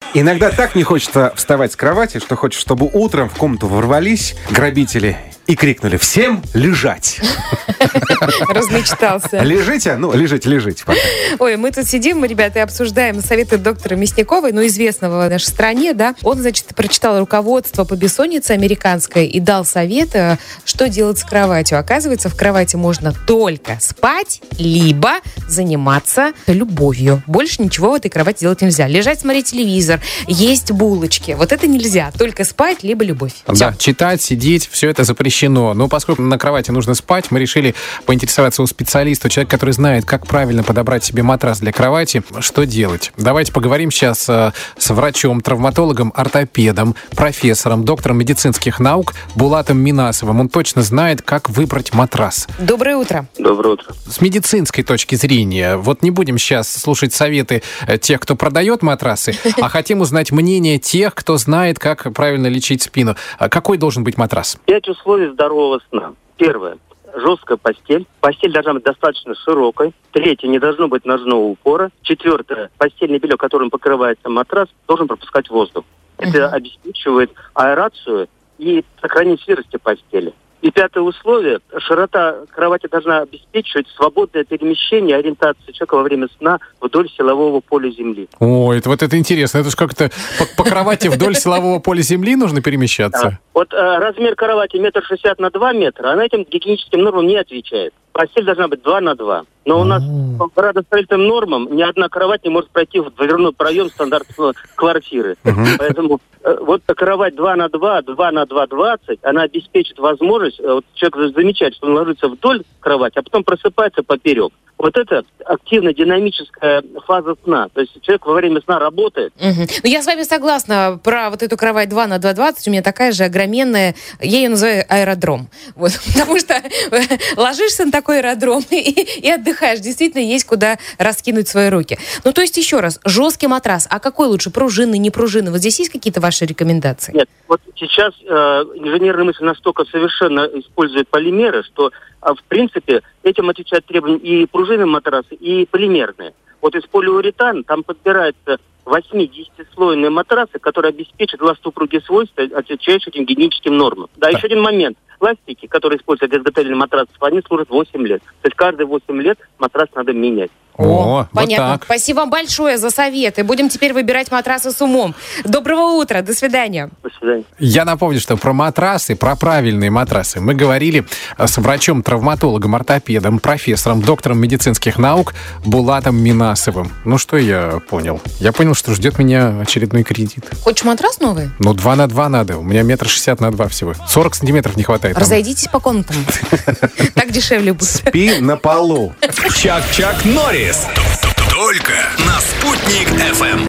Иногда так не хочется вставать с кровати, что хочешь, чтобы утром в комнату ворвались грабители и крикнули: «Всем лежать!» Размечтался. Лежите? Ну, лежите пока. Ой, мы тут сидим, ребята, и обсуждаем советы доктора Мясниковой, известного в нашей стране, да. Он, значит, прочитал руководство по бессоннице американское и дал совет, что делать с кроватью. Оказывается, в кровати можно только спать, либо заниматься любовью. Больше ничего в этой кровати делать нельзя. Лежать, смотреть телевизор, есть булочки. Вот это нельзя. Только спать, либо любовь. Да, читать, сидеть, все это запрещено. Но поскольку на кровати нужно спать, мы решили поинтересоваться у специалиста, у человека, который знает, как правильно подобрать себе матрас для кровати, что делать. Давайте поговорим сейчас с врачом, травматологом, ортопедом, профессором, доктором медицинских наук Булатом Минасовым. Он точно знает, как выбрать матрас. Доброе утро. Доброе утро. С медицинской точки зрения, вот не будем сейчас слушать советы тех, кто продает матрасы, а хотим узнать мнение тех, кто знает, как правильно лечить спину. Какой должен быть матрас? 5 условий здорового сна. Первое. Жесткая постель. Постель должна быть достаточно широкой. Третье. Не должно быть ножного упора. Четвертое. Постельное белье, которым покрывается матрас, должен пропускать воздух. Это обеспечивает аэрацию и сохранение свежести постели. И пятое условие. Широта кровати должна обеспечивать свободное перемещение, ориентацию человека во время сна вдоль силового поля Земли. Ой, это интересно. Это же как-то по кровати вдоль силового поля Земли нужно перемещаться? Да. Вот размер кровати 1,60 на 2 метра, она этим гигиеническим нормам не отвечает. Постель должна быть 2 на 2. Но у нас по градостроительным нормам ни одна кровать не может пройти в дверной проем стандартной квартиры. Поэтому вот кровать 2 на 2, 2 на 2, 20, она обеспечит возможность, вот человек замечает, что он ложится вдоль кровати, а потом просыпается поперек. Вот это активная динамическая фаза сна. То есть человек во время сна работает. Я с вами согласна про вот эту кровать 2 на 2,20. У меня такая же огроменная, я ее называю аэродром. Вот, потому что ложишься на такой аэродром и отдыхаешь. Действительно, есть куда раскинуть свои руки. То есть, еще раз, жесткий матрас. А какой лучше, пружинный, не пружинный? Вот здесь есть какие-то ваши рекомендации? Нет, вот сейчас инженерная мысль настолько совершенно использует полимеры, что, в принципе, этим отвечают требования и пружинные матрасы, и полимерные. Вот из полиуретана там подбираются 8-10-слойные матрасы, которые обеспечат ластупругие свойства, отвечающие этим гигиеническим нормам. Да, еще один момент. Пластики, которые используют для изготовления матрасов, они служат 8 лет. То есть каждые 8 лет матрас надо менять. О, понятно. Вот так. Спасибо вам большое за советы. Будем теперь выбирать матрасы с умом. Доброго утра. До свидания. До свидания. Я напомню, что про матрасы, про правильные матрасы мы говорили с врачом-травматологом, ортопедом, профессором, доктором медицинских наук Булатом Минасовым. Что я понял? Я понял, что ждет меня очередной кредит. Хочешь матрас новый? 2 на 2 надо. У меня 1,60 на 2 всего. 40 сантиметров не хватает. Разойдитесь по комнатам. Так дешевле будет. Спи на полу. Чак-Чак Норрис. Только на Спутник FM.